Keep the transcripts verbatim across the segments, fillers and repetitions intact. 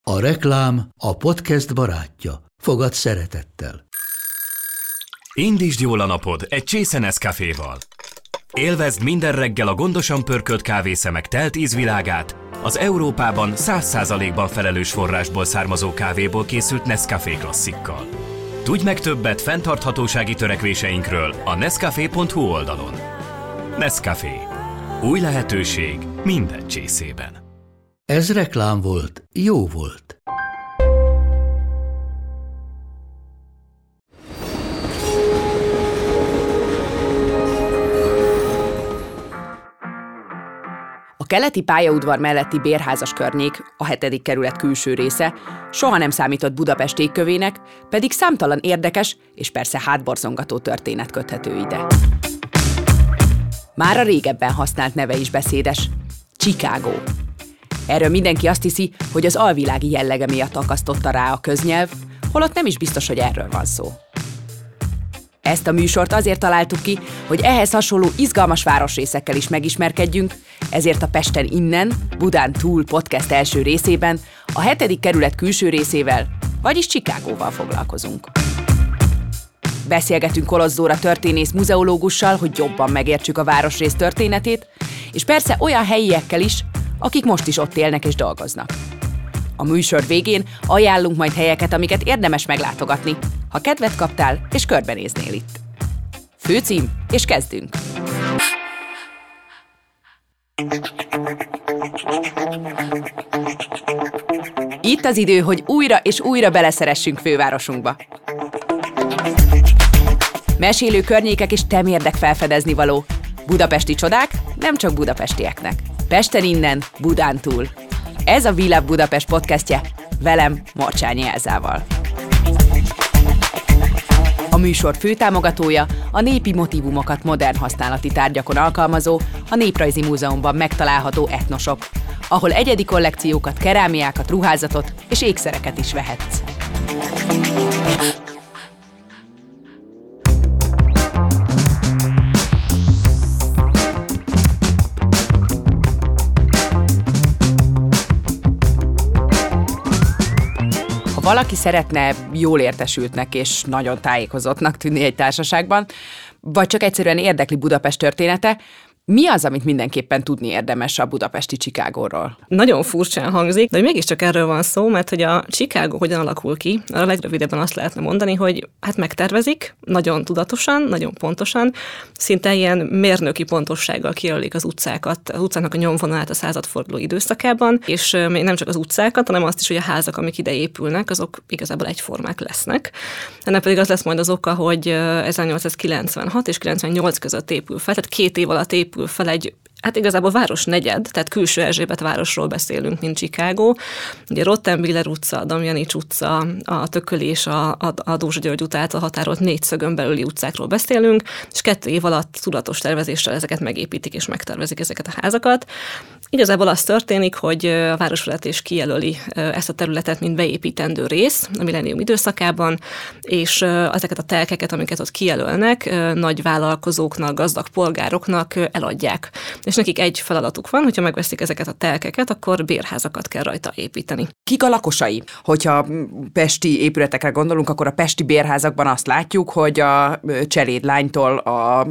A reklám a podcast barátja. Fogad szeretettel. Indítsd jól a napod egy csésze Nescaféval. Élvezd minden reggel a gondosan pörkölt kávészemek telt ízvilágát, az Európában száz százalékban felelős forrásból származó kávéból készült Nescafé klasszikkal. Tudj meg többet fenntarthatósági törekvéseinkről a nescafé pont hu oldalon. Nescafé. Új lehetőség minden csészében. Ez reklám volt, jó volt. A keleti pályaudvar melletti bérházas környék, a hetedik kerület külső része, soha nem számított Budapest égkövének, pedig számtalan érdekes és persze hátborzongató történet köthető ide. Már a régebben használt neve is beszédes, Chicago. Erről mindenki azt hiszi, hogy az alvilági jellege miatt akasztotta rá a köznyelv, holott nem is biztos, hogy erről van szó. Ezt a műsort azért találtuk ki, hogy ehhez hasonló izgalmas városrészekkel is megismerkedjünk, ezért a Pesten innen, Budán túl podcast első részében a hetedik kerület külső részével, vagyis Chicagóval foglalkozunk. Beszélgetünk Kolozz Dóra történész muzeológussal, hogy jobban megértsük a városrész történetét, és persze olyan helyiekkel is, akik most is ott élnek és dolgoznak. A műsor végén ajánlunk majd helyeket, amiket érdemes meglátogatni, ha kedvet kaptál és körbenéznél itt. Főcím, és kezdünk! Itt az idő, hogy újra és újra beleszeressünk fővárosunkba. Mesélő környékek és temérdek felfedezni való. Budapesti csodák nem csak budapestieknek. Pesten innen, Budán túl. Ez a We Love Budapest podcastje, velem, Morcsányi Elzával. A műsor főtámogatója a népi motívumokat modern használati tárgyakon alkalmazó, a Néprajzi Múzeumban megtalálható Etnoshop, ahol egyedi kollekciókat, kerámiákat, ruházatot és ékszereket is vehetsz. Ha valaki szeretne jól értesültnek és nagyon tájékozottnak tűnni egy társaságban, vagy csak egyszerűen érdekli Budapest története, mi az, amit mindenképpen tudni érdemes a budapesti Chicagóról? Nagyon furcsán hangzik, de mégiscsak erről van szó, mert hogy a Chicago hogyan alakul ki, a legrövidebben azt lehetne mondani, hogy hát megtervezik, nagyon tudatosan, nagyon pontosan, szinte ilyen mérnöki pontossággal kijelölik az utcákat, az utcának a nyomvonalát a századforduló időszakában, és még nem csak az utcákat, hanem azt is, hogy a házak, amik ide épülnek, azok igazából egyformák lesznek. Ennek pedig az lesz majd az oka, hogy ezernyolcszázkilencvenhat és kilencvennyolc között épül fel, tehát két év alatt épül fel egy, hát igazából városnegyed, tehát külső Erzsébet városról beszélünk, mint Chicago. Ugye Rottenbiller utca, Damjanics utca, a Tökölés, a, a, a Dózsa György út által határolt négyszögön belüli utcákról beszélünk, és kettő év alatt tudatos tervezéssel ezeket megépítik és megtervezik ezeket a házakat. Igazából az történik, hogy a városvezetés kijelöli ezt a területet, mint beépítendő rész a millennium időszakában, és ezeket a telkeket, amiket ott kijelölnek, nagy vállalkozóknak, gazdag polgároknak eladják. És nekik egy feladatuk van, hogyha megveszik ezeket a telkeket, akkor bérházakat kell rajta építeni. Kik a lakosai? Hogyha pesti épületekre gondolunk, akkor a pesti bérházakban azt látjuk, hogy a cselédlánytól a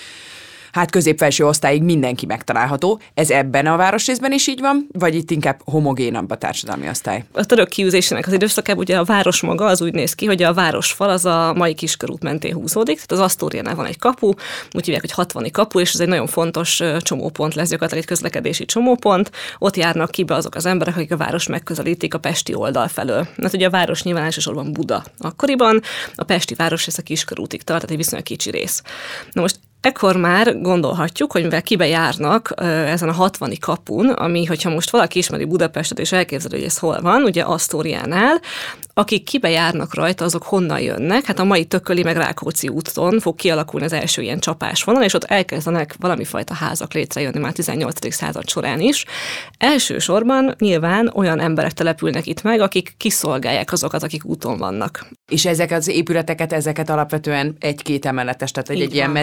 hát középfelső osztályig mindenki megtalálható. Ez ebben a városrészben is így van, vagy itt inkább homogénabb a társadalmi osztály? A török kiűzésének az időszakában ugye a város maga az úgy néz ki, hogy a városfal az a mai Kiskörút mentén húzódik, tehát az Asztóriánál van egy kapu, úgy hívják, hogy hatvani kapu, és ez egy nagyon fontos csomópont lesz, gyakorlatilag egy közlekedési csomópont. Ott járnak ki be azok az emberek, akik a város megközelítik a pesti oldal felől. Mert ugye a város nyilván elsősorban Buda akkoriban, a pesti városrész a Kiskörútig tart, tehát egy viszonylag kicsi rész. Na most ekkor már gondolhatjuk, hogy mivel kibe járnak ezen a hatvani kapun, ami, hogyha most valaki ismeri Budapestet és elképzeli, hogy ez hol van, ugye Asztóriánál, akik kibe járnak rajta, azok honnan jönnek? Hát a mai Tököli meg Rákóczi úton fog kialakulni az első ilyen csapásvonal, és ott elkezdenek valami fajta házak létrejönni már tizennyolcadik század során is. Elsősorban nyilván olyan emberek települnek itt meg, akik kiszolgálják azokat, akik úton vannak. És ezek az épületeket, ezeket alapvetően egy-két emeletes, tehát egy, egy ilyen mezőváros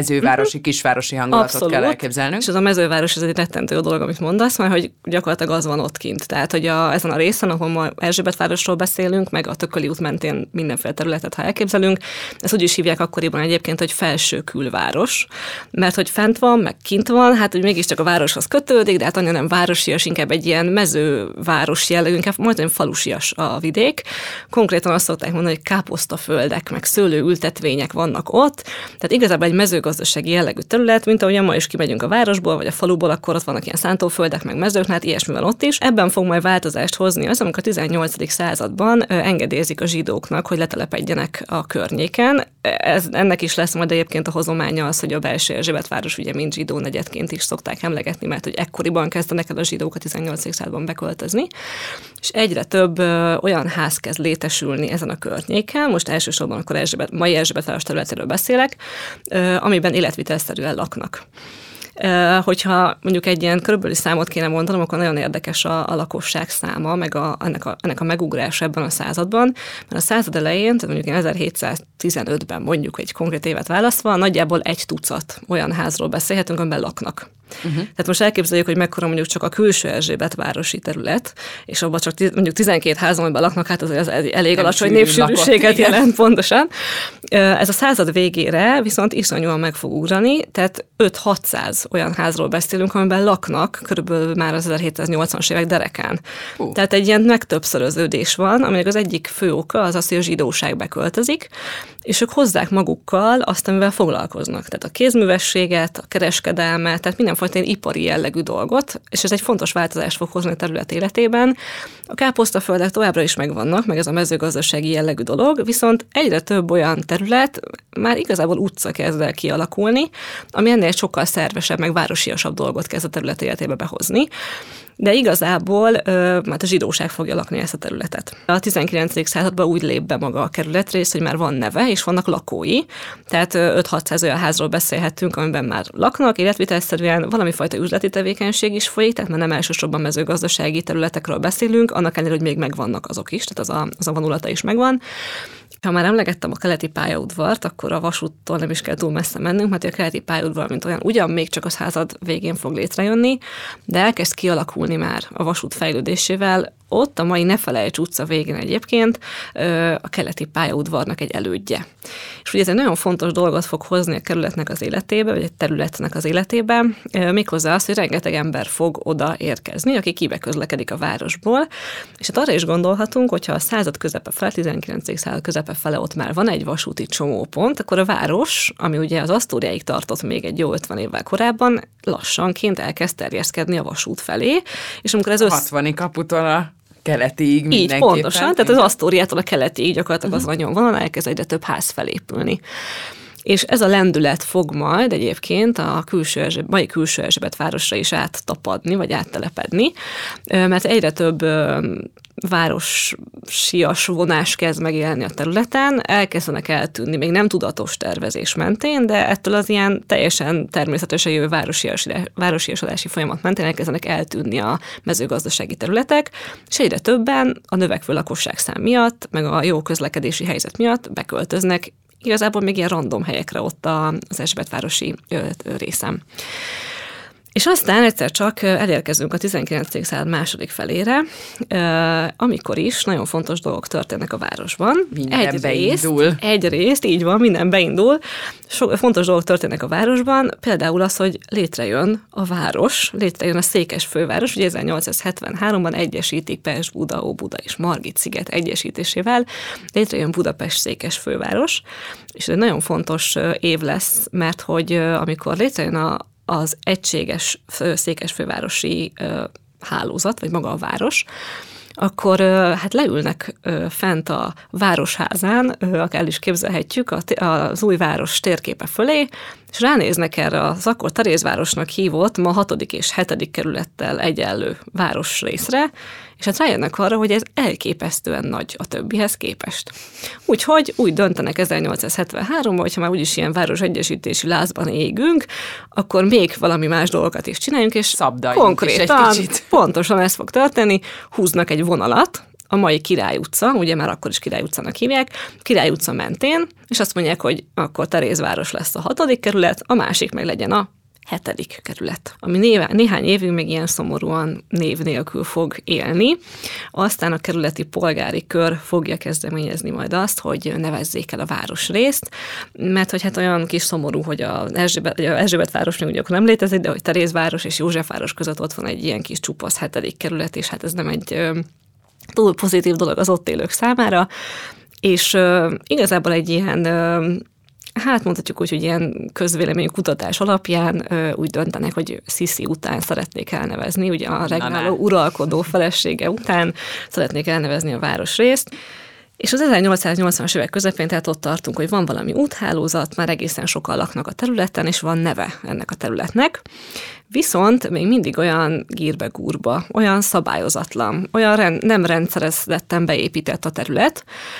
városi, kisvárosi hangulatot Abszolút. Kell elképzelnünk. És ez a mezőváros, ez egy rettentő dolog, amit mondasz, mert hogy gyakorlatilag az van ott kint. Tehát, hogy a, ezen a részen, ahol ma Erzsébetvárosról beszélünk, meg a Tököli út mentén mindenféle területet, ha elképzelünk, ezt úgy is hívják akkoriban egyébként, hogy felső külváros, mert hogy fent van, meg kint van, hát hogy mégiscsak a városhoz kötődik, de hát annyira nem városias, inkább egy ilyen mezőváros jellegű, inkább majdnem falusias a vidék. Konkrétan azt szokták mondani, hogy káposztaföldek, meg szőlőültetvények vannak ott, tehát igazából egy mezőgazdasági jellegű terület, mint ahogyan ma is kimegyünk a városból, vagy a faluból, akkor ott vannak ilyen szántóföldek, meg mezők, hát ilyesmi van ott is. Ebben fog majd változást hozni az, amikor a tizennyolcadik században engedélyezik a zsidóknak, hogy letelepedjenek a környéken. Ez, ennek is lesz majd egyébként a hozománya az, hogy a belső Erzsébetváros ugye mind zsidó negyedként is szokták emlegetni, mert hogy ekkoriban kezdenek el a zsidók a tizennyolcadik században beköltözni, és egyre több ö, olyan ház kezd létesülni ezen a környéken, most elsősorban akkor Erzsébet, mai Erzsébetváros területéről beszélek, ö, amiben életvitelszerűen laknak. Hogyha mondjuk egy ilyen körülbelüli számot kéne mondanom, akkor nagyon érdekes a, a lakosság száma, meg a, ennek, a, ennek a megugrása ebben a században, mert a század elején, tehát mondjuk ezerhétszáztizenötben mondjuk egy konkrét évet választva, nagyjából egy tucat olyan házról beszélhetünk, amiben laknak. Uh-huh. Tehát most elképzeljük, hogy mekkora mondjuk csak a külső Erzsébetvárosi terület, és abban csak tiz, mondjuk tizenkét ház, amiben laknak, hát az, az elég nem alacsony népsűrűséget jelent pontosan. Ez a század végére viszont iszonyúan meg fog ugrani, tehát öt-hatszáz olyan házról beszélünk, amiben laknak körülbelül már az ezerhétszáznyolcvanas évek derekán. Uh. Tehát egy ilyen megtöbbszöröződés van, aminek az egyik fő oka az az, hogy a zsidóság beköltözik, és ők hozzák magukkal azt, amivel foglalkoznak. Tehát a kézművességet, a kereskedelmet, tehát mindenfajta ilyen ipari jellegű dolgot, és ez egy fontos változást fog hozni a terület életében. A káposztaföldek továbbra is megvannak, meg ez a mezőgazdasági jellegű dolog, viszont egyre több olyan terület már igazából utca kezd el kialakulni, ami ennél sokkal szervesebb, meg városiasabb dolgot kezd a terület életébe behozni. De igazából hát a zsidóság fogja lakni ezt a területet. A tizenkilencedik században úgy lép be maga a kerületrész, hogy már van neve, és vannak lakói, tehát öt-hatszáz olyan házról beszélhetünk, amiben már laknak, életvitelszerűen valami fajta üzleti tevékenység is folyik, tehát már nem elsősorban mezőgazdasági területekről beszélünk, annak ellenére, hogy még megvannak azok is, tehát az a, az a vonulata is megvan. Ha már emlegettem a keleti pályaudvart, akkor a vasúttól nem is kell túl messze mennünk, mert a keleti pályaudvar, mint olyan, ugyan még csak a század végén fog létrejönni, de elkezd kialakulni már a vasút fejlődésével. Ott a mai Nefelejts utca végén egyébként a keleti pályaudvarnak egy elődje. És ugye ez egy nagyon fontos dolgot fog hozni a kerületnek az életébe, vagy egy területnek az életébe, méghozzá az, hogy rengeteg ember fog oda érkezni, aki kibe közlekedik a városból, és hát arra is gondolhatunk, hogyha a század közepe fel, tizenkilencedik század közepe fele ott már van egy vasúti csomópont, akkor a város, ami ugye az Asztóriáig tartott még egy jó ötven évvel korábban, lassanként elkezd terjeszkedni a vasút felé, és amikor ez össz... hatvani kaputól a keletiig mindenképpen. Így, pontosan, tehát az Asztóriától a keletiig gyakorlatilag uh-huh. az anyonvonalon elkezd egyre több ház felépülni. És ez a lendület fog majd egyébként a külső Erzsébet, mai külső Erzsébetvárosra is áttapadni, vagy áttelepedni, mert egyre több városias vonás kezd megjelenni a területen, elkezdenek eltűnni, még nem tudatos tervezés mentén, de ettől az ilyen teljesen természetesen jövő városias, városiasodási folyamat mentén elkezdenek eltűnni a mezőgazdasági területek, és egyre többen a növekvő lakosságszám miatt, meg a jó közlekedési helyzet miatt beköltöznek igazából még ilyen random helyekre ott az Erzsébetvárosi részem. És aztán egyszer csak elérkezünk a tizenkilencedik század második felére, amikor is nagyon fontos dolgok történnek a városban. Minden egy beindul. Részt, egy részt, így van, minden beindul. So, fontos dolgok történnek a városban, például az, hogy létrejön a város, létrejön a székes főváros, ugye ezernyolcszázhetvenháromban egyesítik Pest, Buda, Óbuda és Margit-sziget egyesítésével, létrejön Budapest székes főváros, és ez egy nagyon fontos év lesz, mert hogy amikor létrejön a az egységes székesfővárosi hálózat, vagy maga a város, akkor hát leülnek fent a városházán, akár el is képzelhetjük, az új város térképe fölé, és ránéznek erre az akkor Terézvárosnak hívott, ma hatodik és hetedik kerülettel egyenlő városrészre, és hát rájönnek arra, hogy ez elképesztően nagy a többihez képest. Úgyhogy úgy döntenek ezernyolcszázhetvenháromban, hogyha már úgyis ilyen városegyesítési lázban égünk, akkor még valami más dolgokat is csináljunk, és szabdaljunk konkrétan, is egy kicsit. Pontosan ez fog történni, húznak egy vonalat, a mai Király utca, ugye már akkor is Király utcának hívják, Király utca mentén, és azt mondják, hogy akkor Terézváros lesz a hatodik kerület, a másik meg legyen a hetedik kerület, ami néve, néhány évig még ilyen szomorúan név nélkül fog élni. Aztán a kerületi polgári kör fogja kezdeményezni majd azt, hogy nevezzék el a városrészt, mert hogy hát olyan kis szomorú, hogy a Erzsébet, a Erzsébet város még ugye akkor nem létezik, de hogy Terézváros és Józsefváros között ott van egy ilyen kis csupasz hetedik kerület, és hát ez nem egy ö, túl pozitív dolog az ott élők számára, és ö, igazából egy ilyen ö, hát mondhatjuk úgy, hogy ilyen közvélemény kutatás alapján ö, úgy döntenek, hogy Sziszi után szeretnék elnevezni, ugye a regnáló uralkodó felesége után szeretnék elnevezni a városrészt. És az ezernyolcszáznyolcvanas évek közepén tehát ott tartunk, hogy van valami úthálózat, már egészen sokan laknak a területen, és van neve ennek a területnek. Viszont még mindig olyan gírbe-gúrba, olyan szabályozatlan, olyan rend, nem rendszerezetten beépített a terület,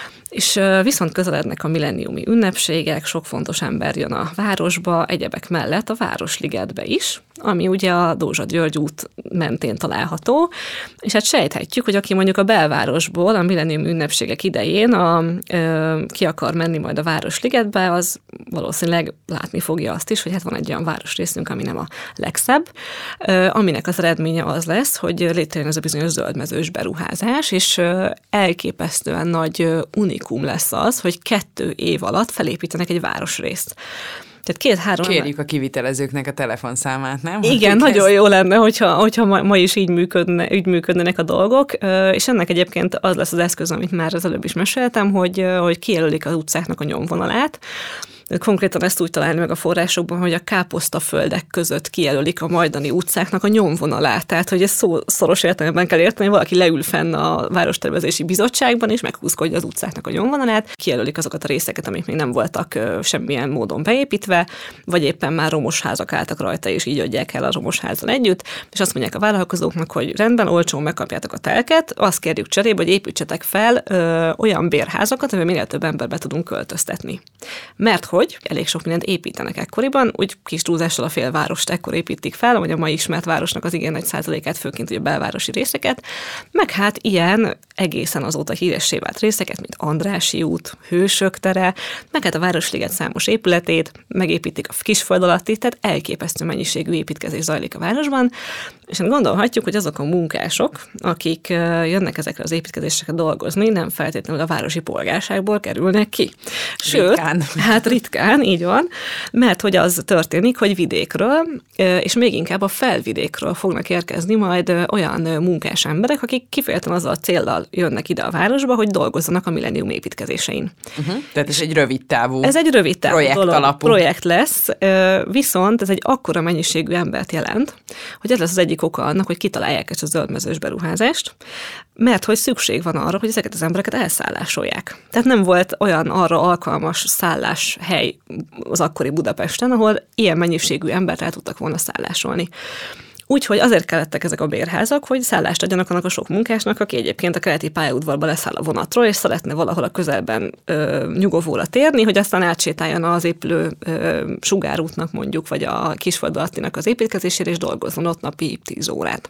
és viszont közelednek a millenniumi ünnepségek, sok fontos ember jön a városba, egyebek mellett a Városligetbe is, ami ugye a Dózsa György út mentén található, és hát sejthetjük, hogy aki mondjuk a belvárosból a millenniumi ünnepségek idején a, ö, ki akar menni majd a Városligetbe, az valószínűleg látni fogja azt is, hogy hát van egy olyan városrészünk, ami nem a legszebb, ö, aminek az eredménye az lesz, hogy létrejön ez a bizonyos zöldmezős beruházás, és ö, elképesztően nagy ö, unikum lesz az, hogy kettő év alatt felépítenek egy városrészt. Tehát két-három... Kérjük a kivitelezőknek a telefonszámát, nem? Igen, Hogy nagyon ezt... jó lenne, hogyha, hogyha ma, ma is így, működne, így működnének a dolgok, és ennek egyébként az lesz az eszköz, amit már az előbb is meséltem, hogy, hogy kijelölik az utcáknak a nyomvonalát. Konkrétan ezt úgy találni meg a forrásokban, hogy a káposztaföldek között kijelölik a majdani utcáknak a nyomvonalát. Tehát, hogy ez szó, szoros értelemben kell érteni, hogy valaki leül fenn a Várostervezési Bizottságban, és meghúzkodja az utcáknak a nyomvonalát, kijelölik azokat a részeket, amik még nem voltak semmilyen módon beépítve, vagy éppen már romos házak álltak rajta, és így adják el a romos házal együtt, és azt mondják a vállalkozóknak, hogy rendben, olcsón megkapjátok a telket, azt kérjük cserébe, hogy építsetek fel ö, olyan bérházakat, amivel minél több emberbe tudunk költöztetni. Mert hogy elég sok mindent építenek ekkoriban, úgy kis túlzással a félvárost ekkor építik fel, vagy a mai ismert városnak az igen nagy százalékát, főként ugye a belvárosi részeket, meg hát ilyen egészen azóta híressé vált részeket, mint Andrássy út, Hősök tere, meg hát a Városliget számos épületét, megépítik a Kisföld alatti, tehát elképesztő mennyiségű építkezés zajlik a városban, és gondolhatjuk, hogy azok a munkások, akik jönnek ezekre az építkezésekre dolgozni, nem feltétlenül a városi polgárságból kerülnek ki. Sőt, ritkán. hát ritkán, így van, mert hogy az történik, hogy vidékről, és még inkább a felvidékről fognak érkezni majd olyan munkás emberek, akik kifejezetten azzal a céllal jönnek ide a városba, hogy dolgozzanak a millennium építkezésein. Uh-huh. Tehát ez egy rövid távú Ez egy rövid távú projekt dolog, alapú. projekt lesz, viszont ez egy akkora mennyiségű embert jelent, hogy ez lesz az egyik oka annak, hogy kitalálják ezt a zöldmezős beruházást, mert hogy szükség van arra, hogy ezeket az embereket elszállásolják. Tehát nem volt olyan arra alkalmas szálláshely az akkori Budapesten, ahol ilyen mennyiségű embert el tudtak volna szállásolni. Úgyhogy azért kellettek ezek a bérházak, hogy szállást adjanak annak a sok munkásnak, aki egyébként a keleti pályaudvarba leszáll a vonatról, és szeretne valahol a közelben ö, nyugovóra térni, hogy aztán átsétáljon az épülő ö, sugárútnak mondjuk, vagy a Kisföld alattinak az építkezésére, és dolgozzon ott napi tíz órát.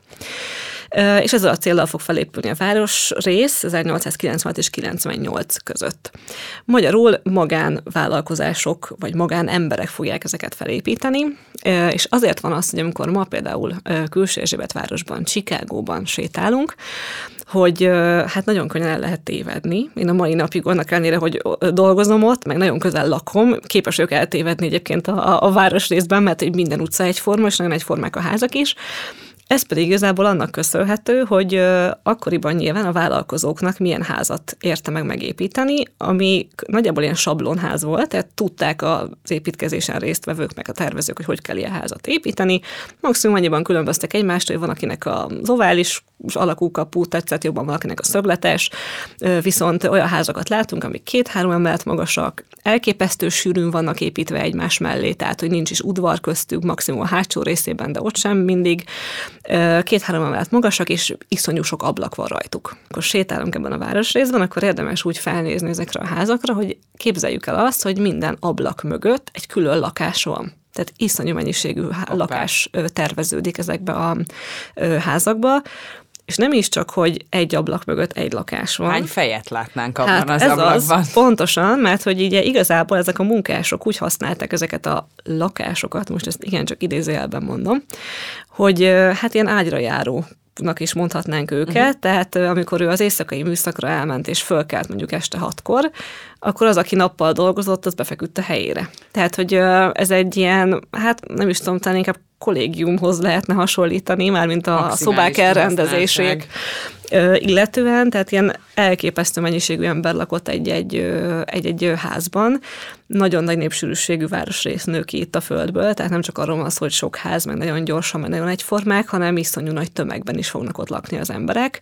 És ezzel a céllal fog felépülni a városrész ezernyolcszázkilencvenhat és kilencvennyolc között. Magyarul magánvállalkozások vagy magánemberek fogják ezeket felépíteni, és azért van az, hogy amikor ma például Külső Erzsébetvárosban, Chicagóban sétálunk, hogy hát nagyon könnyen el lehet tévedni. Én a mai napig annak ellenére, hogy dolgozom ott, meg nagyon közel lakom, képes ők eltévedni egyébként a, a városrészben, mert hogy minden utca egyforma, és nagyon egyformák a házak is. Ez pedig igazából annak köszönhető, hogy akkoriban nyilván a vállalkozóknak milyen házat érte meg megépíteni, ami nagyjából ilyen sablonház volt, tehát tudták az építkezésen résztvevők meg a tervezők, hogy hogy kell ilyen házat építeni. Maximum annyiban különböztek egymást, hogy van akinek az ovális alakú kapu tetszett jobban, van akinek a szögletes, viszont olyan házakat látunk, amik két-három emelet magasak, elképesztő sűrűn vannak építve egymás mellé, tehát hogy nincs is udvar köztük, maximum a hátsó részében, de ott sem mindig. Két-három emelet magasak, és iszonyú sok ablak van rajtuk. Akkor sétálunk ebben a városrészben, akkor érdemes úgy felnézni ezekre a házakra, hogy képzeljük el azt, hogy minden ablak mögött egy külön lakás van. Tehát iszonyú mennyiségű lakás terveződik ezekbe a házakba, És nem is csak, hogy egy ablak mögött egy lakás van. Hány fejet látnánk abban hát az ez ablakban? Az, pontosan, mert hogy ugye igazából ezek a munkások úgy használták ezeket a lakásokat, most ezt igencsak idézőjelben mondom, hogy hát ilyen ágyra járó nak is mondhatnánk őket, uh-huh. tehát amikor ő az éjszakai műszakra elment és fölkelt mondjuk este hatkor, akkor az, aki nappal dolgozott, az befeküdt a helyére. Tehát, hogy ez egy ilyen, hát nem is tudom, talán inkább kollégiumhoz lehetne hasonlítani, mármint a szobák elrendezését illetően, tehát ilyen elképesztő mennyiségű ember lakott egy-egy, egy-egy házban. Nagyon nagy népsűrűségű városrész nő ki itt a földből, tehát nem csak arról van szó, hogy sok ház, meg nagyon gyorsan, meg nagyon egyformák, hanem iszonyú nagy tömegben is fognak ott lakni az emberek.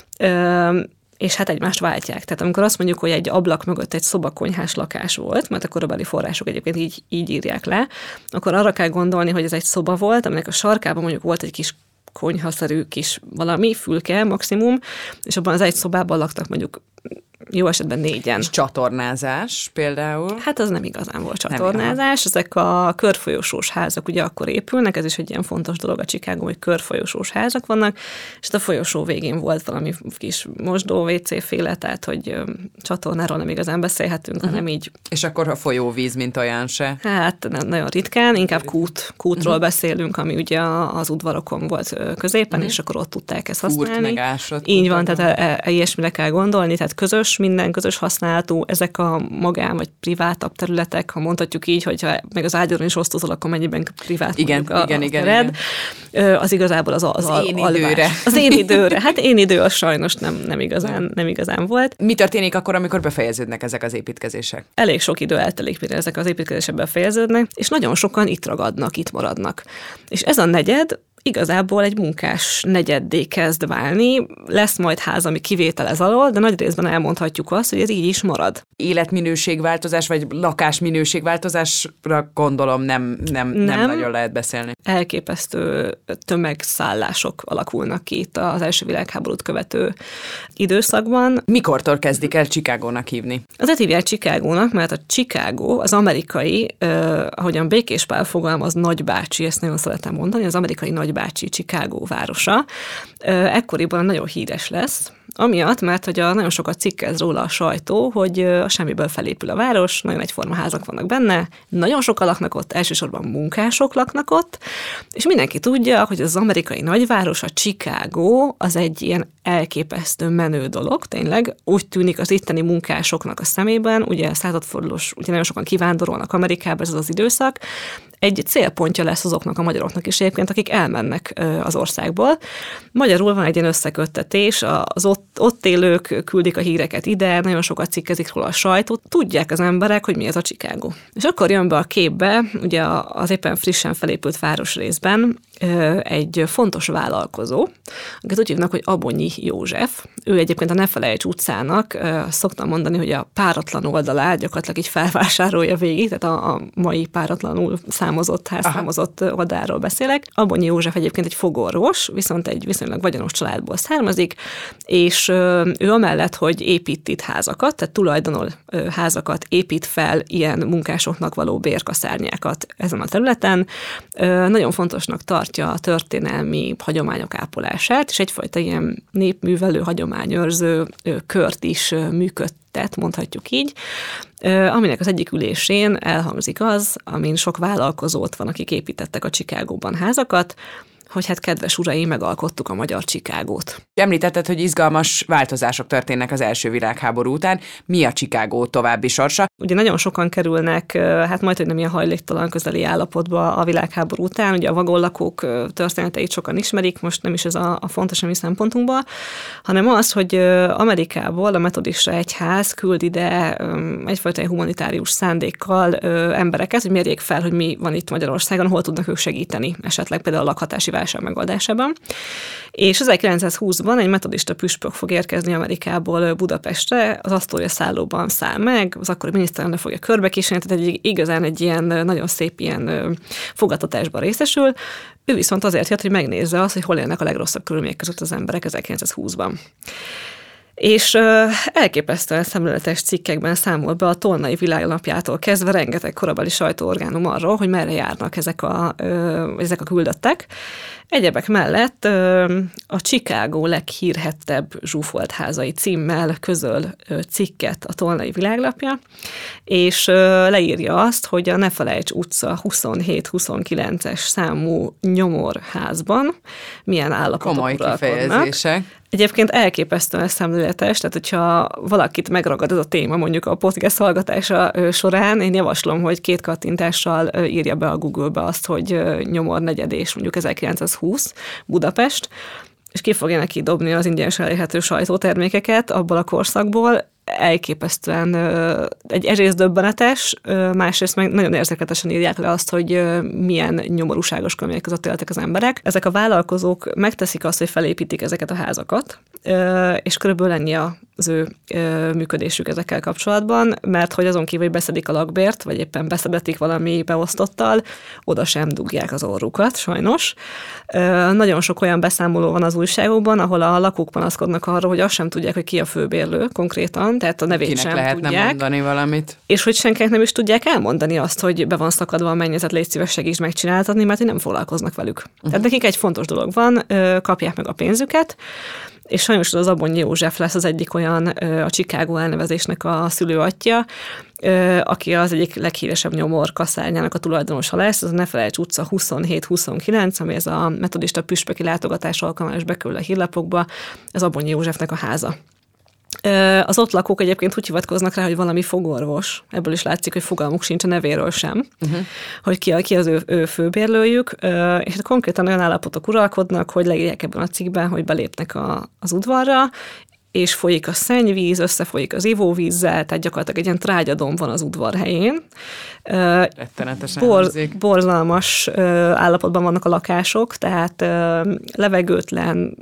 És hát egymást váltják. Tehát amikor azt mondjuk, hogy egy ablak mögött egy szobakonyhás lakás volt, mert a korabeli források egyébként így, így írják le, akkor arra kell gondolni, hogy ez egy szoba volt, aminek a sarkában mondjuk volt egy kis konyhaszerű kis valami, fülke maximum, és abban az egy szobában laktak mondjuk jó esetben négyen. És csatornázás például? Hát az nem igazán volt csatornázás. Ezek a körfolyosós házak ugye akkor épülnek, ez is egy ilyen fontos dolog a Chicago, hogy körfolyosós házak vannak, és a folyosó végén volt valami kis mosdó, vé cé féle, tehát hogy csatornáról nem igazán beszélhetünk, uh-huh. hanem így. És akkor a folyóvíz, mint olyan se? Hát nem, nagyon ritkán, inkább kút, kútról uh-huh. beszélünk, ami ugye az udvarokon volt középen, uh-huh. és akkor ott tudták ezt használni. Fúrt, meg ásott. Így van, tehát e, e, ilyesmire kell gondolni, tehát közös, minden közös használatú, ezek a magán vagy privátabb területek, ha mondhatjuk így, hogyha meg az ágyon is osztozol, akkor mennyiben privát igen, a, igen, a igen, tered, igen. Az igazából az, az, az al, én alvás. időre. Az én időre. Hát én idő az sajnos nem, nem, igazán, nem igazán volt. Mi történik akkor, amikor befejeződnek ezek az építkezések? Elég sok idő eltelik, mire ezek az építkezések befejeződnek, és nagyon sokan itt ragadnak, itt maradnak. És ez a negyed igazából egy munkás negyeddé kezd válni, lesz majd ház, ami kivételez alól, de nagy részben elmondhatjuk azt, hogy ez így is marad. Életminőségváltozás, vagy lakásminőségváltozásra gondolom nem, nem, nem. nem nagyon lehet beszélni. Elképesztő tömegszállások alakulnak ki itt az első világháborút követő időszakban. Mikortól kezdik el Chicagónak hívni? Azért hívják Chicagónak, mert a Chicago, az amerikai, eh, ahogyan Békés Pál fogalmaz, nagybácsi, ezt nagyon szeretem mondani, az amerikai nagybácsi Chicago városa, eh, ekkoriban nagyon híres lesz, amiatt, mert hogy a, nagyon sokat cikkez róla a sajtó, hogy a semmiből felépül a város, nagyon egyforma házak vannak benne, nagyon sokan laknak ott, elsősorban munkások laknak ott, és mindenki tudja, hogy az amerikai nagyváros, a Chicago, az egy ilyen elképesztő menő dolog, tényleg. Úgy tűnik az itteni munkásoknak a szemében, ugye századfordulós, ugye nagyon sokan kivándorolnak Amerikába, ez az, az időszak, egy célpontja lesz azoknak a magyaroknak is egyébként, akik elmennek az országból. Magyarul van egy ilyen összeköttetés, az ott, ott élők küldik a híreket ide, nagyon sokat cikkezik róla a sajtó, tudják az emberek, hogy mi ez a Chicago. És akkor jön be a képbe, ugye az éppen frissen felépült városrészben egy fontos vállalkozó, akit úgy hívnak, hogy Abonyi József. Ő egyébként a Ne Felejts utcának, szoktam mondani, hogy a páratlan oldalát gyakorlatilag így felvásárolja végig, tehát a, a mai páratlanul számozott, házszámozott oldalról beszélek. Abonyi József egyébként egy fogorvos, viszont egy viszonylag vagyonos családból származik, és ő amellett, hogy épít itt házakat, tehát tulajdonol házakat, épít fel ilyen munkásoknak való bérkaszárnyákat ezen a területen, nagyon fontosnak tartja a történelmi hagyományok ápolását, és egyfajta ilyen népművelő, hagyományőrző kört is működtet, mondhatjuk így, aminek az egyik ülésén elhangzik az, amin sok vállalkozót van, akik építettek a Chicagóban házakat, hogy hát kedves uraim, megalkottuk a magyar Chicagót. Említetted, hogy izgalmas változások történnek az első világháború után. Mi a Chicago további sorsa? Ugye nagyon sokan kerülnek, hát majd, hogy nem ilyen hajléktalan közeli állapotba a világháború után. Ugye a vagonlakók történeteit sokan ismerik, most nem is ez a, a fontos a mi szempontunkban, hanem az, hogy Amerikából a metodista egyház küld ide egyfajta humanitárius szándékkal embereket, hogy mérjék fel, hogy mi van itt Magyarországon, hol tudnak ők segíteni, esetleg például a lakhatási válság megoldásában. És ezerkilencszázhúszban egy metodista püspök fog érkezni Amerikából Budapestre, az Asztória szállóban száll meg, az akkori miniszterelnök fogja körbekísérni, tehát egy, igazán egy ilyen nagyon szép ilyen fogadtatásban részesül. Ő viszont azért jött, hogy megnézze azt, hogy hol élnek a legrosszabb körülmények között az emberek ezerkilencszázhúszban. És uh, elképesztően szemléletes cikkekben számol be a Tolnai Világnapjától kezdve rengeteg korabeli sajtóorgánum arról, hogy merre járnak ezek a, uh, ezek a küldöttek. Egyebek mellett a Chicago leghírhettebb zsúfolt házai címmel közöl cikket a Tolnai Világlapja, és leírja azt, hogy a Ne Felejts utca huszonhét huszonkilences számú nyomorházban milyen állapotok komoly uralkodnak. Kifejezések. Egyébként elképesztően szemléletes, tehát hogyha valakit megragad ez a téma mondjuk a podcast hallgatása során, én javaslom, hogy két kattintással írja be a Google-be azt, hogy nyomor negyedés mondjuk ezerkilencszázhúsz Budapest, és ki fogja neki dobni az ingyenes elérhető sajtótermékeket abból a korszakból, elképesztően egy egyrészt döbbenetes, másrészt meg nagyon érzékletesen írják le azt, hogy milyen nyomorúságos körülmények között éltek az emberek. Ezek a vállalkozók megteszik azt, hogy felépítik ezeket a házakat, és körülbelül ennyi az ő működésük ezekkel kapcsolatban, mert hogy azon kívül, hogy beszedik a lakbért, vagy éppen beszedetik valami beosztottal, oda sem dugják az orrukat, sajnos. Nagyon sok olyan beszámoló van az újságokban, ahol a lakók panaszkodnak arról, hogy azt sem tudják, hogy ki a főbérlő konkrétan, tehát a nevét kinek sem lehetne tudják. mondani valamit. És hogy senkinek nem is tudják elmondani azt, hogy be van szakadva a mennyezet, légy szíves, segíts megcsináltatni, mert hogy nem foglalkoznak velük. Uh-huh. Tehát nekik egy fontos dolog van, kapják meg a pénzüket, és sajnos az Abonyi József lesz az egyik olyan a Chicago elnevezésnek a szülőatja, aki az egyik leghíresebb nyomor kaszárnyának a tulajdonosa lesz, az a Ne Felejts utca huszonhét huszonkilenc, ami ez a metodista püspöki látogatás alkalmával is bekerül a hírlapokba, ez Abonyi Józsefnek a háza. Az ott lakók egyébként úgy hivatkoznak rá, hogy valami fogorvos. Ebből is látszik, hogy fogalmuk sincs a nevéről sem, uh-huh. hogy ki, ki az ő, ő főbérlőjük, és konkrétan olyan állapotok uralkodnak, hogy leírják ebben a cikkben, hogy belépnek a, az udvarra, és folyik a szennyvíz, összefolyik az ivóvízzel, tehát gyakorlatilag egy ilyen trágyadom van az udvar helyén. Rettenetesen Bor, hangzik. Borzalmas állapotban vannak a lakások, tehát levegőtlen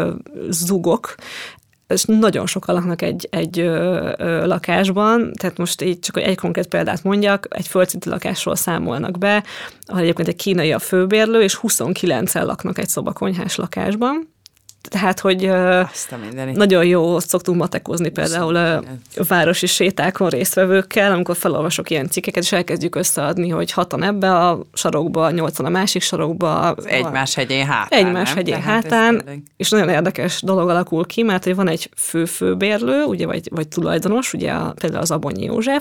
zugok, és nagyon sokan laknak egy, egy ö, ö, lakásban, tehát most így csak egy konkrét példát mondjak, egy földszinti lakásról számolnak be, ahol egyébként egy kínai a főbérlő, és huszonkilencen laknak egy szobakonyhás lakásban. Tehát, hogy nagyon jó szoktunk matekozni például a városi sétákon résztvevőkkel, amikor felolvasok ilyen cikkeket, és elkezdjük összeadni, hogy hatan ebbe a sarokba, nyolcan a másik sarokba. Az egymás hegyén hátán. Egymás hegyén hátán, és nagyon érdekes dolog alakul ki, mert hogy van egy fő-főbérlő, ugye, vagy, vagy tulajdonos, ugye a, például az Abonyi József,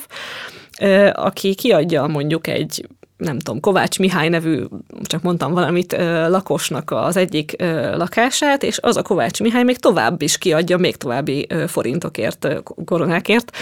aki kiadja mondjuk egy nem tudom, Kovács Mihály nevű, csak mondtam valamit, lakosnak az egyik lakását, és az a Kovács Mihály még tovább is kiadja, még további forintokért, koronákért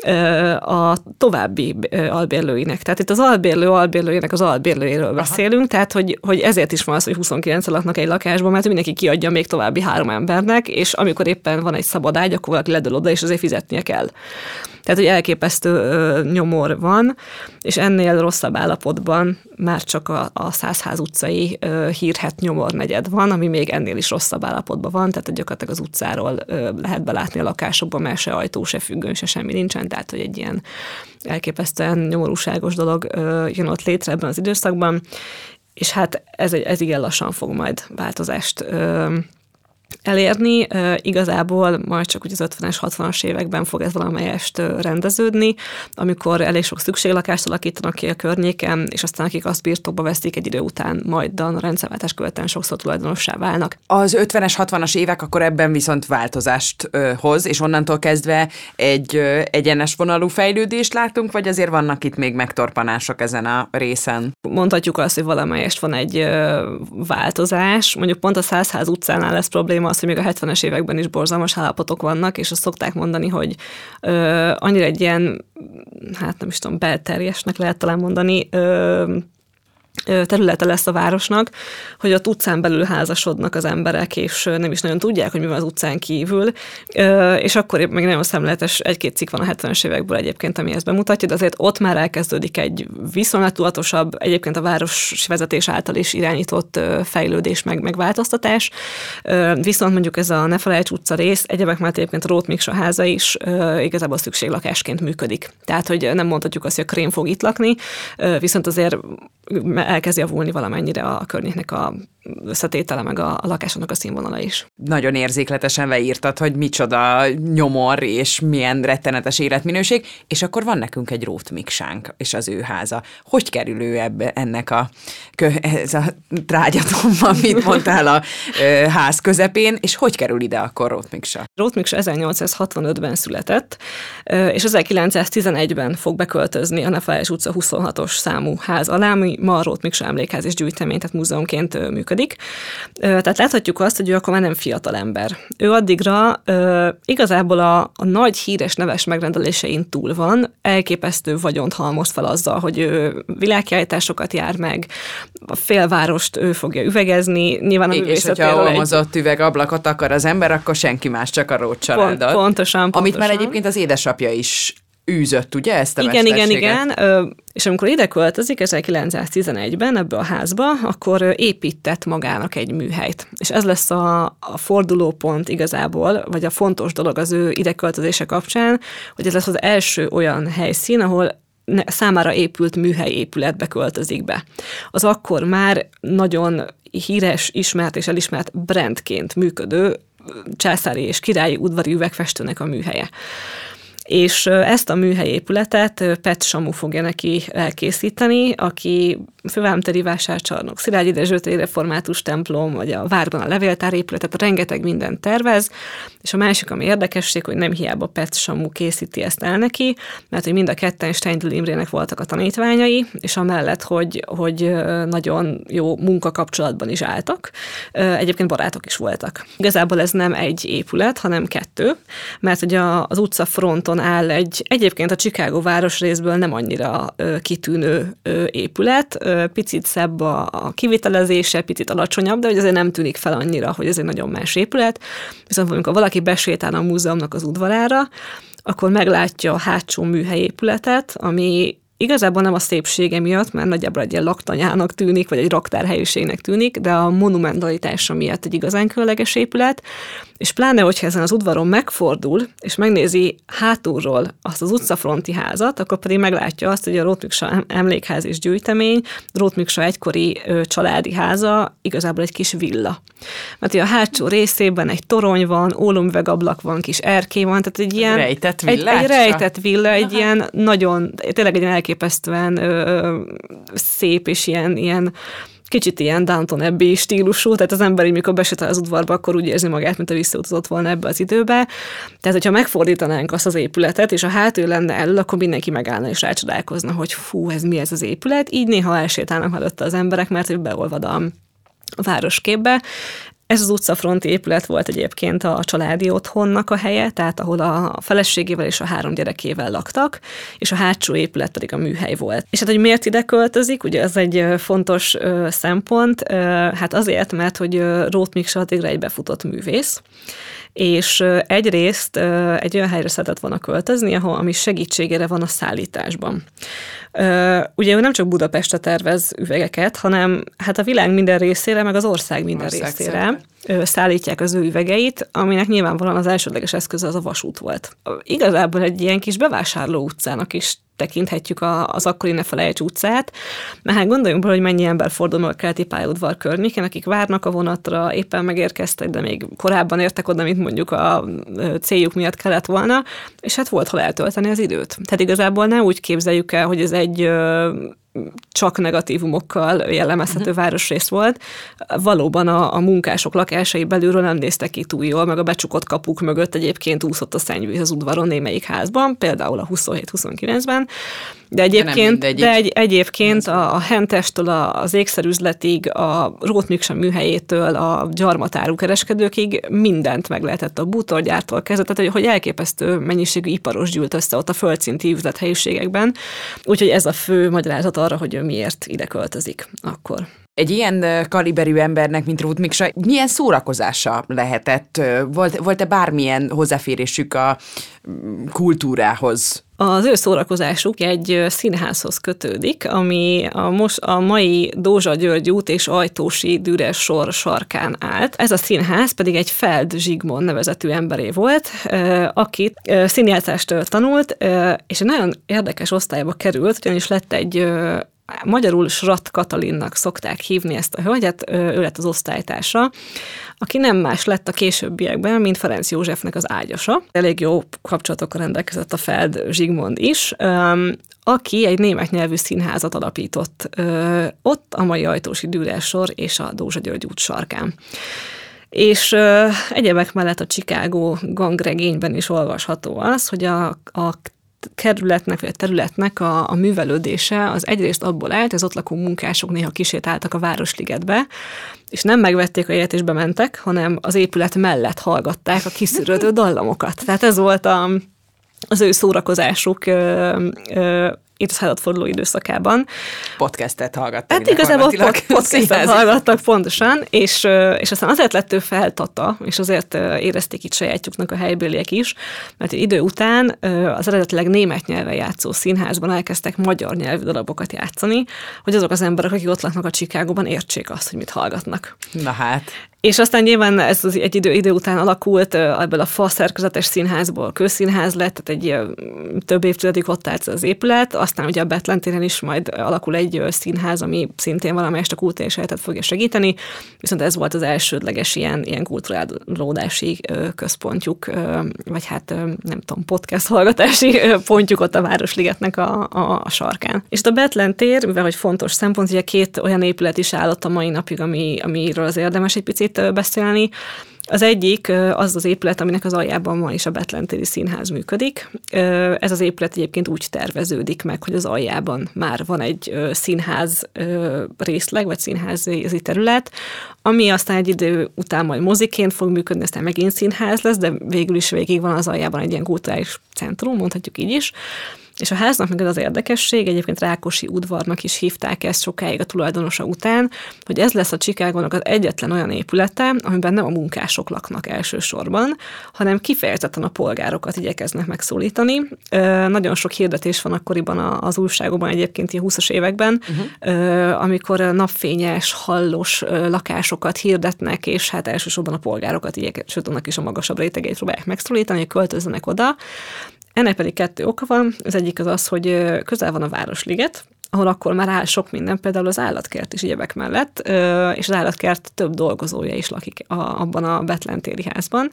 a további albérlőinek. Tehát itt az albérlő albérlőjének az albérlőjéről beszélünk, tehát hogy, hogy ezért is van az, hogy huszonkilencen laknak egy lakásban, mert mindenki kiadja még további három embernek, és amikor éppen van egy szabad ágy, akkor valaki ledől oda, és azért fizetnie kell. Tehát, hogy elképesztő ö, nyomor van, és ennél rosszabb állapotban már csak a, a Százház utcai ö, hírhedt nyomornegyed van, ami még ennél is rosszabb állapotban van, tehát gyakorlatilag az utcáról ö, lehet belátni a lakásokban, mert se ajtó, se függöny, se semmi nincsen, tehát hogy egy ilyen elképesztően nyomorúságos dolog ö, jön ott létre ebben az időszakban, és hát ez, ez igen lassan fog majd változást ö, elérni. Igazából majd csak úgy az ötvenes, hatvanas években fog ez valamelyest rendeződni, amikor elég sok szükséglakást alakítanak ki a környéken, és aztán akik azt birtokba veszik egy idő után, majd a rendszerváltás követően sokszor tulajdonossá válnak. Az ötvenes, hatvanas évek akkor ebben viszont változást ö, hoz, és onnantól kezdve egy ö, egyenes vonalú fejlődést látunk, vagy azért vannak itt még megtorpanások ezen a részen? Mondhatjuk azt, hogy valamelyest van egy ö, változás. Mondjuk pont a Százház utcánál lesz probléma az, hogy még a hetvenes években is borzalmas állapotok vannak, és azt szokták mondani, hogy ö, annyira egy ilyen, hát nem is tudom, belterjesnek lehet talán mondani, ö, területe lesz a városnak, hogy ott utcán belül házasodnak az emberek, és nem is nagyon tudják, hogy mi van az utcán kívül, és akkor még nagyon szemléletes egy-két cikk van a hetvenes évekből egyébként, ami ezt bemutatja, de azért ott már elkezdődik egy viszonylag tudatosabb, egyébként a városvezetés által is irányított fejlődés, meg megváltoztatás. Viszont mondjuk ez a Ne Felejts utca rész, egyebek mellett egyébként a Róth Miksa háza is igazából szükséglakásként működik. Tehát, hogy nem mondhatjuk azt, hogy a krém fog itt lakni, viszont azért elkezd javulni valamennyire a környéknek a összetétele meg a, a lakásnak a színvonala is. Nagyon érzékletesen leírtad, hogy micsoda nyomor és milyen rettenetes életminőség, és akkor van nekünk egy Róth Miksánk és az ő háza. Hogy kerül ő ebbe, ennek a, ez a trágyatom, amit mondtál a ö, ház közepén, és hogy kerül ide akkor Róth Miksa? Róth Miksa ezernyolcszázhatvanötben született, és ezerkilencszáztizenegyben fog beköltözni a Nefelejts utca huszonhatos számú ház alá, ami ma a Róth Miksa Emlékház és Gyűjtemény, tehát múzeumként működik. Tehát láthatjuk azt, hogy ő akkor már nem fiatal ember. Ő addigra igazából a, a nagy híres neves megrendelésein túl van, elképesztő vagyont halmoz fel azzal, hogy ő világkiállításokat jár meg, a félvárost ő fogja üvegezni, nyilván a művészetéről. És hogyha olmozott egy... üvegablakot akar az ember, akkor senki más, csak a Róth családot. Pont, pontosan, pontosan. Amit már egyébként az édesapja is űzött, ugye, ezt a igen, igen, igen, és amikor ide költözik ezerkilencszáztizenegyben ebbe a házba, akkor épített magának egy műhelyt. És ez lesz a, a fordulópont igazából, vagy a fontos dolog az ő ideköltözése kapcsán, hogy ez lesz az első olyan helyszín, ahol számára épült műhelyépületbe költözik be. Az akkor már nagyon híres, ismert és elismert brandként működő császári és királyi udvari üvegfestőnek a műhelye. És ezt a műhelyépületet Pett Samu fogja neki elkészíteni, aki fővámteri vásárcsarnok, Szilágyi Dezső téri református templom, vagy a várban a levéltár épületet, rengeteg mindent tervez, és a másik, ami érdekesség, hogy nem hiába Pett Samu készíti ezt el neki, mert hogy mind a ketten Steindl Imrének voltak a tanítványai, és amellett, hogy, hogy nagyon jó munkakapcsolatban is álltak, egyébként barátok is voltak. Igazából ez nem egy épület, hanem kettő, mert hogy az utcafronton áll egy egyébként a Chicago városrészből nem annyira kitűnő épület, picit szebb a, a kivitelezése, picit alacsonyabb, de hogy azért nem tűnik fel annyira, hogy ez egy nagyon más épület. Viszont amikor valaki besétál a múzeumnak az udvarára, akkor meglátja a hátsó műhelyépületet, ami igazából nem a szépsége miatt, mert nagyjából egy ilyen laktanyának tűnik, vagy egy raktárhelyiségnek tűnik, de a monumentalitása miatt egy igazán különleges épület, és pláne, hogyha ezen az udvaron megfordul, és megnézi hátulról azt az utcafronti házat, akkor pedig meglátja azt, hogy a Róth Miksa Emlékház és Gyűjtemény, Róth Miksa egykori ö, családi háza igazából egy kis villa. Mert a hátsó részében egy torony van, ólomüvegablak van, kis erkély van, tehát egy ilyen... Rejtett egy, egy rejtett villa, egy Aha. ilyen nagyon, tényleg egy ilyen elképesztően ö, szép és ilyen, ilyen kicsit ilyen Downton Abbey stílusú, tehát az ember, mikor besétál az udvarba, akkor úgy érzi magát, mint a visszautazott volna ebbe az időbe. Tehát, hogyha megfordítanánk azt az épületet, és a hátul lenne elől, akkor mindenki megállna és rácsodálkozna, hogy fú, ez mi ez az épület. Így néha elsétálnak előtte az emberek, mert hogy beolvad a városképbe. Ez az utcafronti épület volt egyébként a családi otthonnak a helye, tehát ahol a feleségével és a három gyerekével laktak, és a hátsó épület pedig a műhely volt. És hát, hogy miért ide költözik, ugye ez egy fontos ö, szempont, ö, hát azért, mert hogy Róth Miksa addigra egy befutott művész, és egyrészt egy olyan helyre szeretett volna költözni, ahol ami segítségére van a szállításban. Ugye ő nem csak Budapestre tervez üvegeket, hanem hát a világ minden részére, meg az ország minden ország részére szerte szállítják az ő üvegeit, aminek nyilvánvalóan az elsődleges eszköze az a vasút volt. Igazából egy ilyen kis bevásárló utcának is tekinthetjük az akkori Nefelejts utcát, mert hát gondoljunk bele, hogy mennyi ember fordul meg a keleti pályaudvar környéken, akik várnak a vonatra, éppen megérkeztek, de még korábban értek oda, mint mondjuk a céljuk miatt kellett volna, és hát volt hol eltölteni az időt. Tehát igazából nem úgy képzeljük el, hogy ez egy csak negatívumokkal jellemezhető uh-huh. városrész volt. Valóban a, a munkások lakásai belülről nem néztek ki túl jól, meg a becsukott kapuk mögött egyébként úszott a szennyvíz az udvaron némelyik házban, például a huszonhét huszonkilencben, de egyébként, de, de egy, egyébként a, a Hentestől az ékszerüzletig, a Róth Miksa műhelyétől, a gyarmatáru kereskedőkig mindent meg lehetett a bútorgyártól kezdve, tehát hogy elképesztő mennyiségű iparos gyűlt össze ott a földszinti üzlethelyiségekben, úgyhogy ez a fő magyarázat arra, hogy ő miért ide költözik akkor. Egy ilyen kaliberű embernek, mint Róth Miksa, milyen szórakozása lehetett? Volt, volt-e bármilyen hozzáférésük a kultúrához? Az ő szórakozásuk egy színházhoz kötődik, ami a, most, a mai Dózsa György út és Ajtósi Dürer sor sarkán állt. Ez a színház pedig egy Feld Zsigmond nevezetű emberé volt, aki színjátszást tanult, és egy nagyon érdekes osztályba került, ugyanis lett egy magyarul Srat Katalinnak szokták hívni ezt a hölgyet, ő lett az osztálytársa, aki nem más lett a későbbiekben, mint Ferenc Józsefnek az ágyasa. Elég jó kapcsolatokkal rendelkezett a Feld Zsigmond is, aki egy német nyelvű színházat alapított ott, a mai Ajtósi Dürer sor és a Dózsa György út sarkán. És uh, egyebek mellett a Chicago gangregényben is olvasható az, hogy a, a kerületnek, vagy a területnek a, a művelődése az egyrészt abból állt, az ott lakó munkások néha kisétáltak a Városligetbe, és nem megvették a jegyet és bementek, hanem az épület mellett hallgatták a kiszűrődő dallamokat. Tehát ez volt a, az ő szórakozásuk ö, ö, évszázadforduló időszakában. Podcastet hallgattak. Hát igazából pod- podcastet hallgattak pontosan, és, és aztán azért lett ő feltata, és azért érezték itt sajátjuknak a helybéliek is, mert idő után az eredetileg német nyelven játszó színházban elkezdtek magyar nyelvű darabokat játszani, hogy azok az emberek, akik ott laknak a Chicagóban, értsék azt, hogy mit hallgatnak. Na hát. És aztán nyilván ez az egy idő, idő után alakult, ebből a fa szerkezetes színházból kőszínház lett, tehát egy több évtizedig ott állt az épület, aztán ugye a Bethlen téren is majd alakul egy színház, ami szintén valamelyest a kulturális életet fogja segíteni, viszont ez volt az elsődleges ilyen, ilyen kulturálódási központjuk, vagy hát nem tudom, podcast hallgatási pontjuk ott a Városligetnek a, a, a sarkán. És a Bethlen tér, mivel hogy fontos szempont, ugye két olyan épület is állott a mai napig, ami, amiről az érdemes egy picit beszélni. Az egyik az az épület, aminek az aljában ma is a Bethlen téri színház működik. Ez az épület egyébként úgy terveződik meg, hogy az aljában már van egy színház részleg, vagy színházi terület, ami aztán egy idő után majd moziként fog működni, aztán megint színház lesz, de végül is végig van az aljában egy ilyen kulturális centrum, mondhatjuk így is. És a háznak meg ez az érdekesség, egyébként Rákosi udvarnak is hívták ezt sokáig a tulajdonosa után, hogy ez lesz a Chicagónak az egyetlen olyan épülete, amiben nem a munkások laknak elsősorban, hanem kifejezetten a polgárokat igyekeznek megszólítani. Ö, nagyon sok hirdetés van akkoriban az újságokban, egyébként ilyen húszas években, uh-huh. ö, amikor napfényes, hallos lakásokat hirdetnek, és hát elsősorban a polgárokat igyekeznek, sőt, annak is a magasabb rétegeit próbálják megszólítani, hogy költözzenek oda. Ennek pedig kettő oka van. Az egyik az az, hogy közel van a Városliget, ahol akkor már áll sok minden, például az állatkert is egyebek mellett, és az állatkert több dolgozója is lakik abban a Bethlen téri házban.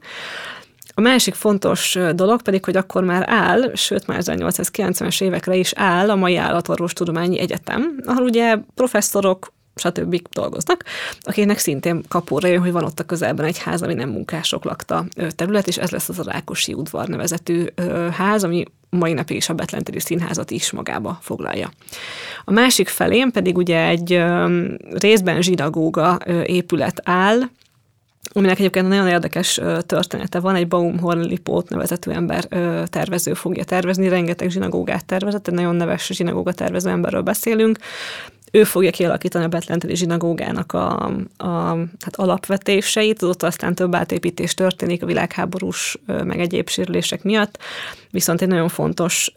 A másik fontos dolog pedig, hogy akkor már áll, sőt már ezernyolcszázkilencvenes évekre is áll a mai Állatorvostudományi Egyetem, ahol ugye professzorok, stb. Dolgoznak, akiknek szintén kapóra jön, hogy van ott a közelben egy ház, ami nem munkások lakta terület, és ez lesz az a Rákosi udvar nevezetű ház, ami mai napig is a Bethlen téri színházat is magába foglalja. A másik felén pedig ugye egy részben zsinagóga épület áll, aminek egyébként nagyon érdekes története van, egy Baumhorn Lipót nevezetű ember tervező fogja tervezni, rengeteg zsinagógát tervezett, egy nagyon neves zsinagóga tervező emberről beszélünk. Ő fogja kialakítani a Bethlen téri zsinagógának a, a hát alapvetéseit, ott aztán több átépítés történik a világháborús meg egyéb sérülések miatt, viszont egy nagyon fontos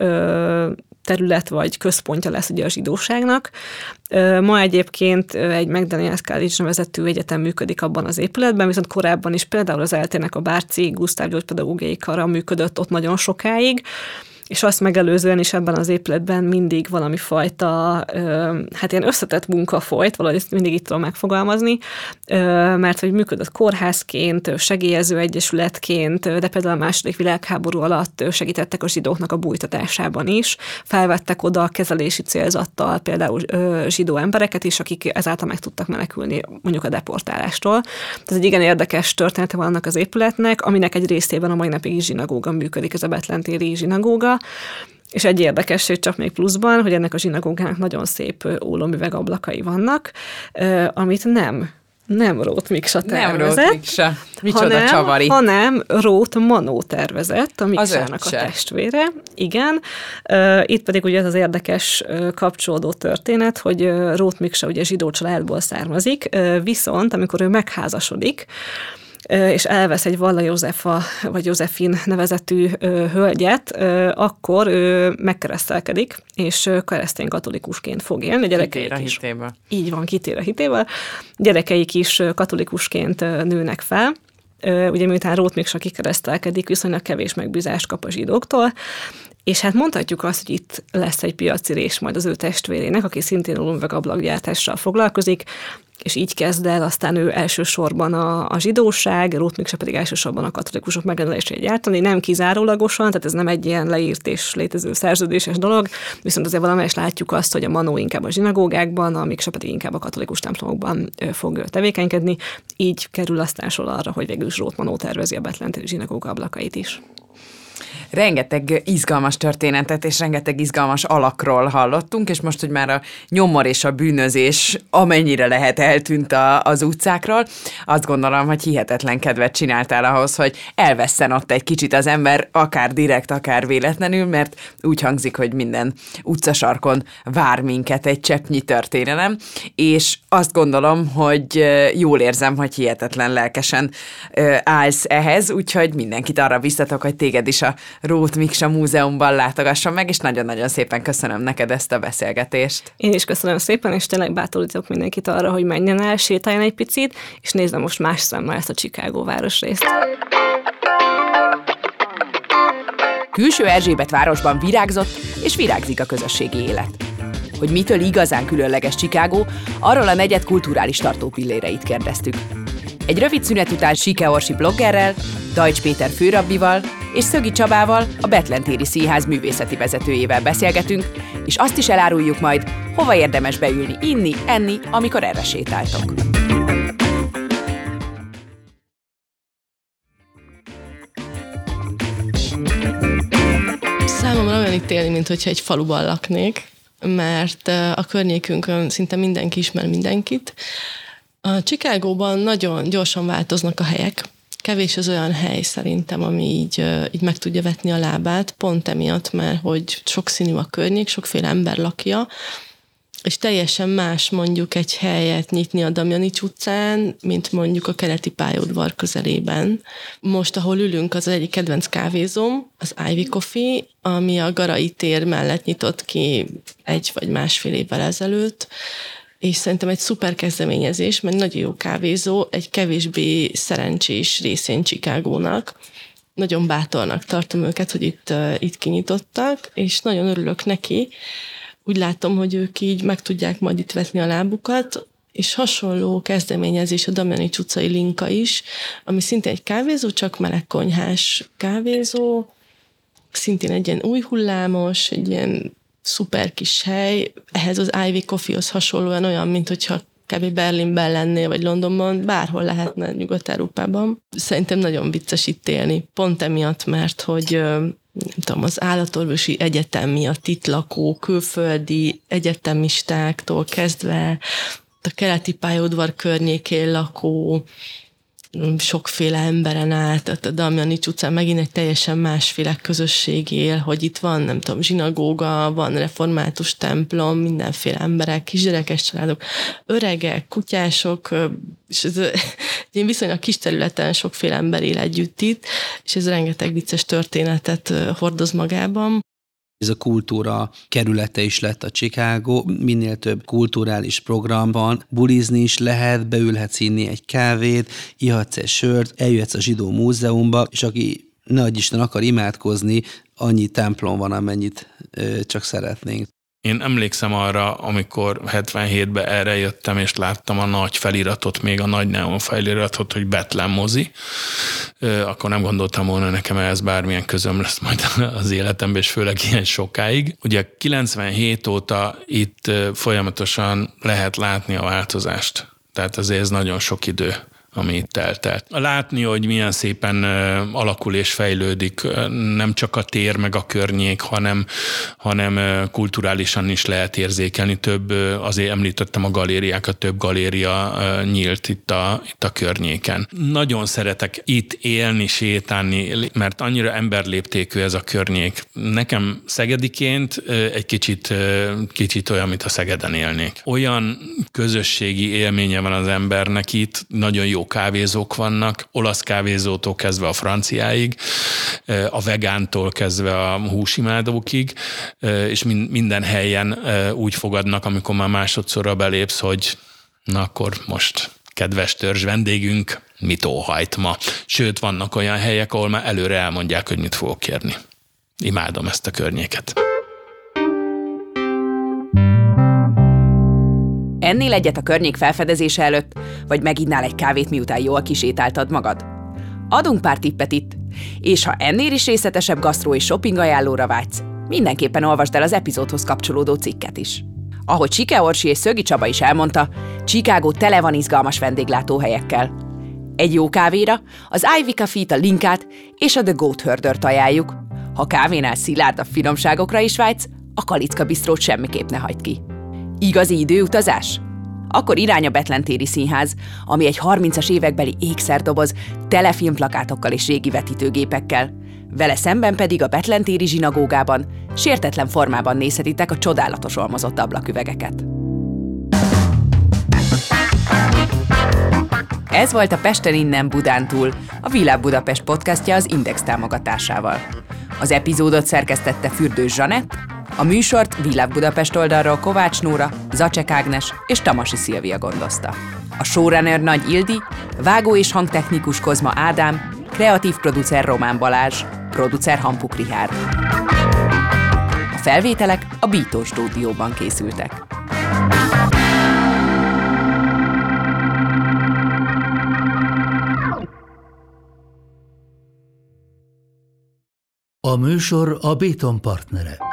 terület vagy központja lesz ugye a zsidóságnak. Ma egyébként egy McDaniels College nevezetű egyetem működik abban az épületben, viszont korábban is például az eltének a Bárci Gusztáv gyógypedagógiai kara működött ott nagyon sokáig, és azt megelőzően is ebben az épületben mindig valami fajta, hát ilyen összetett munka folyt, valahogy ezt mindig itt tudom megfogalmazni, mert hogy működött kórházként, segélyező egyesületként, de például a második világháború alatt segítettek a zsidóknak a bújtatásában is, felvettek oda kezelési célzattal például zsidó embereket is, akik ezáltal meg tudtak menekülni mondjuk a deportálástól. Ez egy igen érdekes története van annak az épületnek, aminek egy részében a mai napig is zsinagóga működik, ez a Bethlen téri zsinagóga. És egy érdekesség csak még pluszban, hogy ennek a zsinagógának nagyon szép ólomüveg ablakai vannak, amit nem, nem Róth Miksa tervezett. Nem Róth Miksa. Micsoda hanem, csavari. Hanem Róth Manó tervezett, a Miksának a testvére. Igen. Itt pedig ugye ez az érdekes kapcsolódó történet, hogy Róth Miksa ugye zsidó családból származik, viszont amikor ő megházasodik, és elvesz egy Valla Józefa, vagy Józefin nevezetű hölgyet, akkor ő megkeresztelkedik, és keresztény katolikusként fog élni. Kitér a hitéből. Így van, kitér a hitéből. Gyerekeik is katolikusként nőnek fel. Ugye miután Róth Miksa kikeresztelkedik, viszonylag kevés megbízást kap a zsidóktól, És hát mondhatjuk azt, hogy itt lesz egy piacirés majd az ő testvérének, aki szintén alulüvegablakgyártással foglalkozik, és így kezd el, aztán ő elsősorban a, a zsidóság, Ruth Miksa pedig elsősorban a katolikusok megrendelését gyártani, nem kizárólagosan, tehát ez nem egy ilyen leírt és létező szerződéses dolog, viszont azért valamelyest látjuk azt, hogy a Manó inkább a zsinagógákban, a Miksa pedig inkább a katolikus templomokban fog tevékenykedni, így kerül aztán sor arra, hogy végül is Róth Manó tervezi a bethleni zsinagóga ablakait is. Rengeteg izgalmas történetet és rengeteg izgalmas alakról hallottunk, és most, hogy már a nyomor és a bűnözés amennyire lehet eltűnt a, az utcákról, azt gondolom, hogy hihetetlen kedvet csináltál ahhoz, hogy elvesszen ott egy kicsit az ember, akár direkt, akár véletlenül, mert úgy hangzik, hogy minden utcasarkon vár minket egy cseppnyi történelem, és azt gondolom, hogy jól érzem, hogy hihetetlen lelkesen állsz ehhez, úgyhogy mindenkit arra biztatok, hogy téged is a Róth Miksa Múzeumban látogasson meg, és nagyon-nagyon szépen köszönöm neked ezt a beszélgetést. Én is köszönöm szépen, és tényleg bátorítok mindenkit arra, hogy menjen el, sétáljon egy picit, és nézze most más szemmel ezt a Chicago városrészt. Külső Erzsébet városban virágzott és virágzik a közösségi élet. Hogy mitől igazán különleges Chicago, arról a negyed kulturális tartópilléreit kérdeztük. Egy rövid szünet után Sike Orsi bloggerrel, Dajcs Péter főrabbival és Szögi Csabával, a Bethlen téri színház művészeti vezetőjével beszélgetünk, és azt is eláruljuk majd, hova érdemes beülni, inni, enni, amikor erre sétáltok. Számomra olyan itt élni, mint hogyha egy faluban laknék, mert a környékünkön szinte mindenki ismer mindenkit. A Chicagóban nagyon gyorsan változnak a helyek. Kevés az olyan hely szerintem, ami így, így meg tudja vetni a lábát, pont emiatt, mert hogy sokszínű a környék, sokféle ember lakja, és teljesen más mondjuk egy helyet nyitni a Damjanics utcán, mint mondjuk a keleti pályaudvar közelében. Most, ahol ülünk, az egyik kedvenc kávézóm, az Ivy Coffee, ami a Garai tér mellett nyitott ki egy vagy másfél évvel ezelőtt, és szerintem egy szuper kezdeményezés, mert nagyon jó kávézó, egy kevésbé szerencsés részén Chicagónak. Nagyon bátornak tartom őket, hogy itt, itt kinyitottak, és nagyon örülök neki. Úgy látom, hogy ők így meg tudják majd itt vetni a lábukat, és hasonló kezdeményezés a Damjanics utcai Linka is, ami szintén egy kávézó, csak melegkonyhás kávézó, szintén egy ilyen új hullámos, egy ilyen szuper kis hely, ehhez az Ivy Coffee-hoz hasonlóan olyan, mint hogyha kb. Berlinben lennél, vagy Londonban, bárhol lehetne Nyugat-Európában. Szerintem nagyon vicces itt élni, pont emiatt, mert hogy nem tudom, az állatorvosi egyetem miatt itt lakó, külföldi egyetemistáktól kezdve a keleti pályaudvar környékén lakó sokféle emberen át, tehát a Damjanics utcán megint egy teljesen másféle közösség él, hogy itt van, nem tudom, zsinagóga, van református templom, mindenféle emberek, kisgyerekes családok, öregek, kutyások, és ez egy viszonylag kis területen sokféle ember él együtt itt, és ez rengeteg vicces történetet hordoz magában. Ez a kultúra kerülete is lett a Chicago, minél több kulturális program van, bulizni is lehet, beülhetsz inni egy kávét, ihatsz egy sört, eljöhetsz a zsidó múzeumba, és aki ne adj Isten akar imádkozni, annyi templom van, amennyit ö, csak szeretnénk. Én emlékszem arra, amikor hetvenhétben erre jöttem, és láttam a nagy feliratot, még a nagy neon feliratot, hogy Bethlen mozi, akkor nem gondoltam volna, nekem ehhez bármilyen közöm lesz majd az életemben, és főleg ilyen sokáig. Ugye kilencvenhét óta itt folyamatosan lehet látni a változást, tehát azért ez nagyon sok idő, ami itt eltelt. Látni, hogy milyen szépen alakul és fejlődik, nem csak a tér meg a környék, hanem, hanem kulturálisan is lehet érzékelni. Több, azért említettem a galériákat, több galéria nyílt itt a, itt a környéken. Nagyon szeretek itt élni, sétálni, mert annyira emberléptékű ez a környék. Nekem szegediként egy kicsit, kicsit olyan, mint a Szegeden élnék. Olyan közösségi élménye van az embernek itt, nagyon jó kávézók vannak, olasz kávézótól kezdve a franciáig, a vegántól kezdve a húsimádókig, és minden helyen úgy fogadnak, amikor már másodszorra belépsz, hogy na akkor most kedves törzs vendégünk, mit óhajt ma. Sőt, vannak olyan helyek, ahol már előre elmondják, hogy mit fogok kérni. imádom ezt a környéket. Ennél egyet a környék felfedezése előtt, vagy meginnál egy kávét, miután jól kisétáltad magad? Adunk pár tippet itt, és ha ennél is részletesebb gasztró és shopping ajánlóra vágysz, mindenképpen olvasd el az epizódhoz kapcsolódó cikket is. Ahogy Csike Orsi és Szögi Csaba is elmondta, Chicago tele van izgalmas vendéglátóhelyekkel. Egy jó kávéra az Ivy Cafét, a Linkát és a The Goat Herdert ajánljuk. Ha kávénál szilárdabb finomságokra is vágysz, a Kalicka Bistrót semmiképp ne hagyd ki. Igazi időutazás? Akkor irány a Betlen-téri Színház, ami egy harmincas évekbeli ékszerdoboz, tele filmplakátokkal és régi vetítőgépekkel. Vele szemben pedig a Betlen-téri zsinagógában sértetlen formában nézhetitek a csodálatos olmozott ablaküvegeket. Ez volt a Pesten innen Budán túl, a Világ Budapest podcastja az Index támogatásával. Az epizódot szerkesztette Fürdős Zsanett, a műsort Világ Budapest oldalról Kovács Nóra, Zacsek Ágnes és Tamasi Szilvia gondozta. A showrunner Nagy Ildi, vágó és hangtechnikus Kozma Ádám, kreatív producer Román Balázs, producer Hampuk Richárd. A felvételek a Bító stúdióban készültek. A műsor a Béton partnere.